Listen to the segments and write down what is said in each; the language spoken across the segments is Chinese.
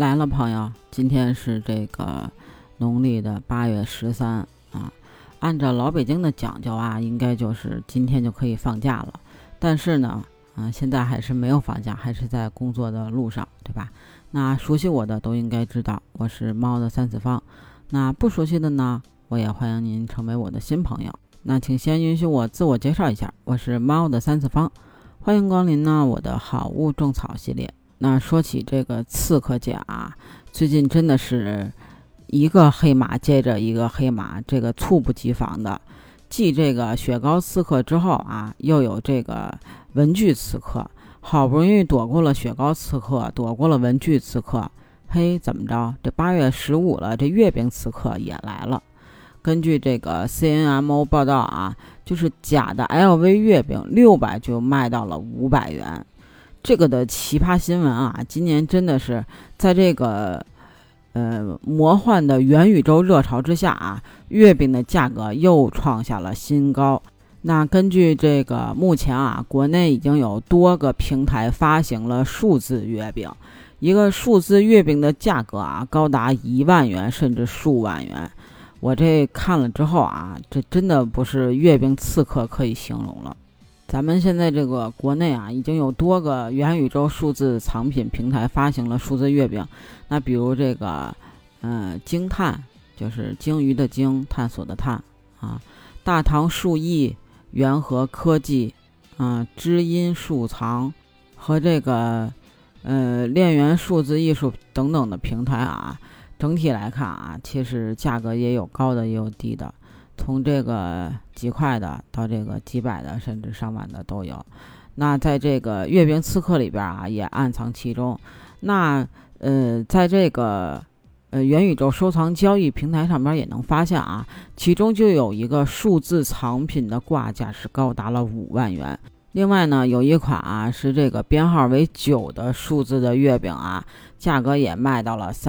来了，朋友，今天是这个农历的8月13啊。按照老北京的讲究啊，应该就是今天就可以放假了。但是呢，现在还是没有放假，还是在工作的路上，对吧？那熟悉我的都应该知道，我是猫的三次方。那不熟悉的呢，我也欢迎您成为我的新朋友。那请先允许我自我介绍一下，我是猫的三次方，欢迎光临呢我的好物种草系列。那说起这个刺客界啊，最近真的是一个黑马接着一个黑马，这个猝不及防的。继这个雪糕刺客之后啊，又有这个文具刺客，好不容易躲过了雪糕刺客，躲过了文具刺客，嘿，怎么着？这8月15了，这月饼刺客也来了。根据这个 CNMO 报道啊，就是假的 LV 月饼600就卖到了500元。这个的奇葩新闻啊，今年真的是在这个魔幻的元宇宙热潮之下啊，月饼的价格又创下了新高。那根据这个目前啊，国内已经有多个平台发行了数字月饼，一个数字月饼的价格啊高达1万元甚至数万元。我这看了之后啊，这真的不是月饼刺客可以形容了。咱们现在这个国内啊，已经有多个元宇宙数字藏品平台发行了数字月饼。那比如这个鲸探，就是鲸鱼的鲸，探索的探啊，大唐数艺、元和科技知音数藏和这个炼源数字艺术等等的平台啊，整体来看啊，其实价格也有高的也有低的，从这个几块的到这个几百的甚至上万的都有。那在这个月饼刺客里边啊，也暗藏其中。那在这个元宇宙收藏交易平台上边也能发现啊，其中就有一个数字藏品的挂价是高达了5万元。另外呢，有一款啊是这个编号为9的数字的月饼啊，价格也卖到了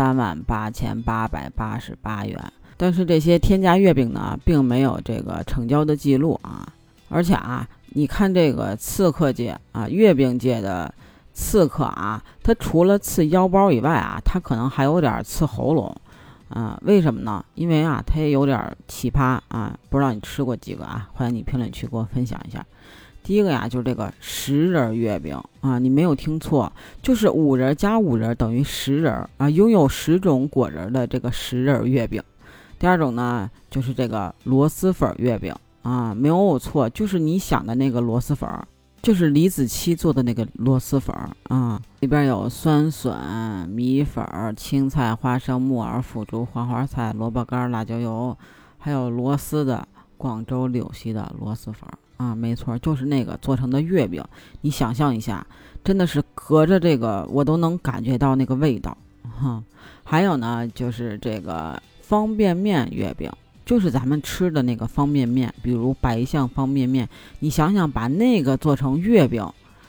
38888元。但是这些天价月饼呢，并没有这个成交的记录啊。而且啊，你看这个刺客界啊，月饼界的刺客啊，它除了刺腰包以外啊，它可能还有点刺喉咙啊。为什么呢？因为啊，它也有点奇葩啊。不知道你吃过几个啊？欢迎你评论区给我分享一下。第一个呀，就是这个10仁月饼啊，你没有听错，就是5仁加5仁等于10仁啊，拥有10种果仁的这个10仁月饼。第二种呢，就是这个螺蛳粉月饼啊，没有错，就是你想的那个螺蛳粉，就是李子柒做的那个螺蛳粉啊，里边有酸笋、米粉、青菜、花生、木耳、腐竹、黄花菜、萝卜干、辣椒油，还有螺丝的广州柳溪的螺蛳粉啊，没错，就是那个做成的月饼。你想象一下，真的是隔着这个我都能感觉到那个味道哈。还有呢，就是这个方便面月饼，就是咱们吃的那个方便面，比如白象方便面，你想想把那个做成月饼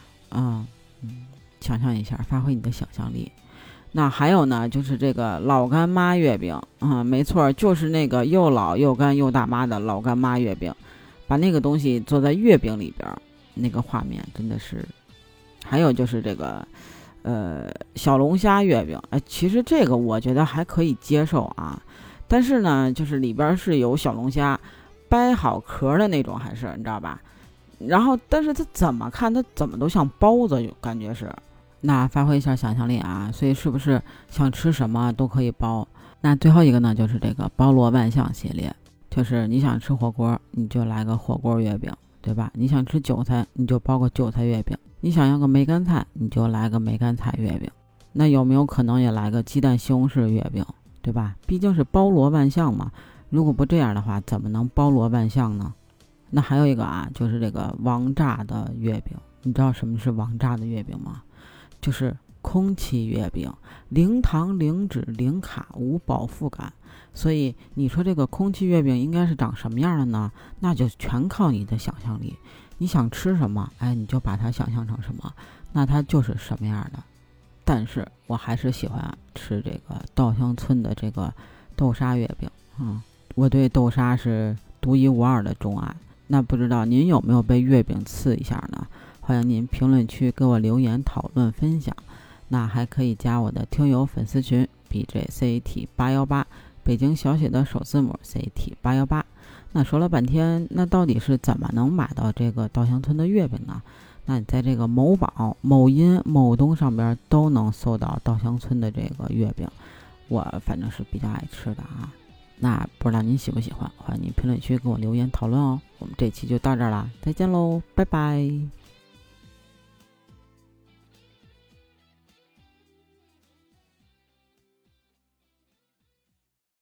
想象一下，发挥你的想象力。那还有呢，就是这个老干妈月饼没错，就是那个又老又干又大妈的老干妈月饼，把那个东西做在月饼里边，那个画面真的是。还有就是这个小龙虾月饼，其实这个我觉得还可以接受啊，但是呢，就是里边是有小龙虾掰好壳的那种，还是你知道吧？然后，但是它怎么看，它怎么都像包子，感觉是。那发挥一下想象力啊，所以是不是想吃什么都可以包？那最后一个呢，就是这个包罗万象系列，就是你想吃火锅，你就来个火锅月饼，对吧？你想吃韭菜，你就包个韭菜月饼；你想要个梅干菜，你就来个梅干菜月饼。那有没有可能也来个鸡蛋西红柿月饼？对吧？毕竟是包罗万象嘛。如果不这样的话，怎么能包罗万象呢？那还有一个啊，就是这个王炸的月饼。你知道什么是王炸的月饼吗？就是空气月饼，零糖、零脂、零卡，无饱腹感。所以你说这个空气月饼应该是长什么样的呢？那就全靠你的想象力。你想吃什么，你就把它想象成什么，那它就是什么样的。但是我还是喜欢吃这个稻香村的这个豆沙月饼我对豆沙是独一无二的钟爱。那不知道您有没有被月饼刺一下呢？欢迎您评论区给我留言讨论分享。 那还可以加我的听友粉丝群 BJCAT818，北京小写的首字母 CAT818。那说了半天，那到底是怎么能买到这个稻香村的月饼呢？那你在这个某宝、某音、某东上边都能搜到稻香村的这个月饼，我反正是比较爱吃的啊。那不知道您喜不喜欢，欢迎您评论区给我留言讨论哦。我们这期就到这儿啦，再见喽，拜拜。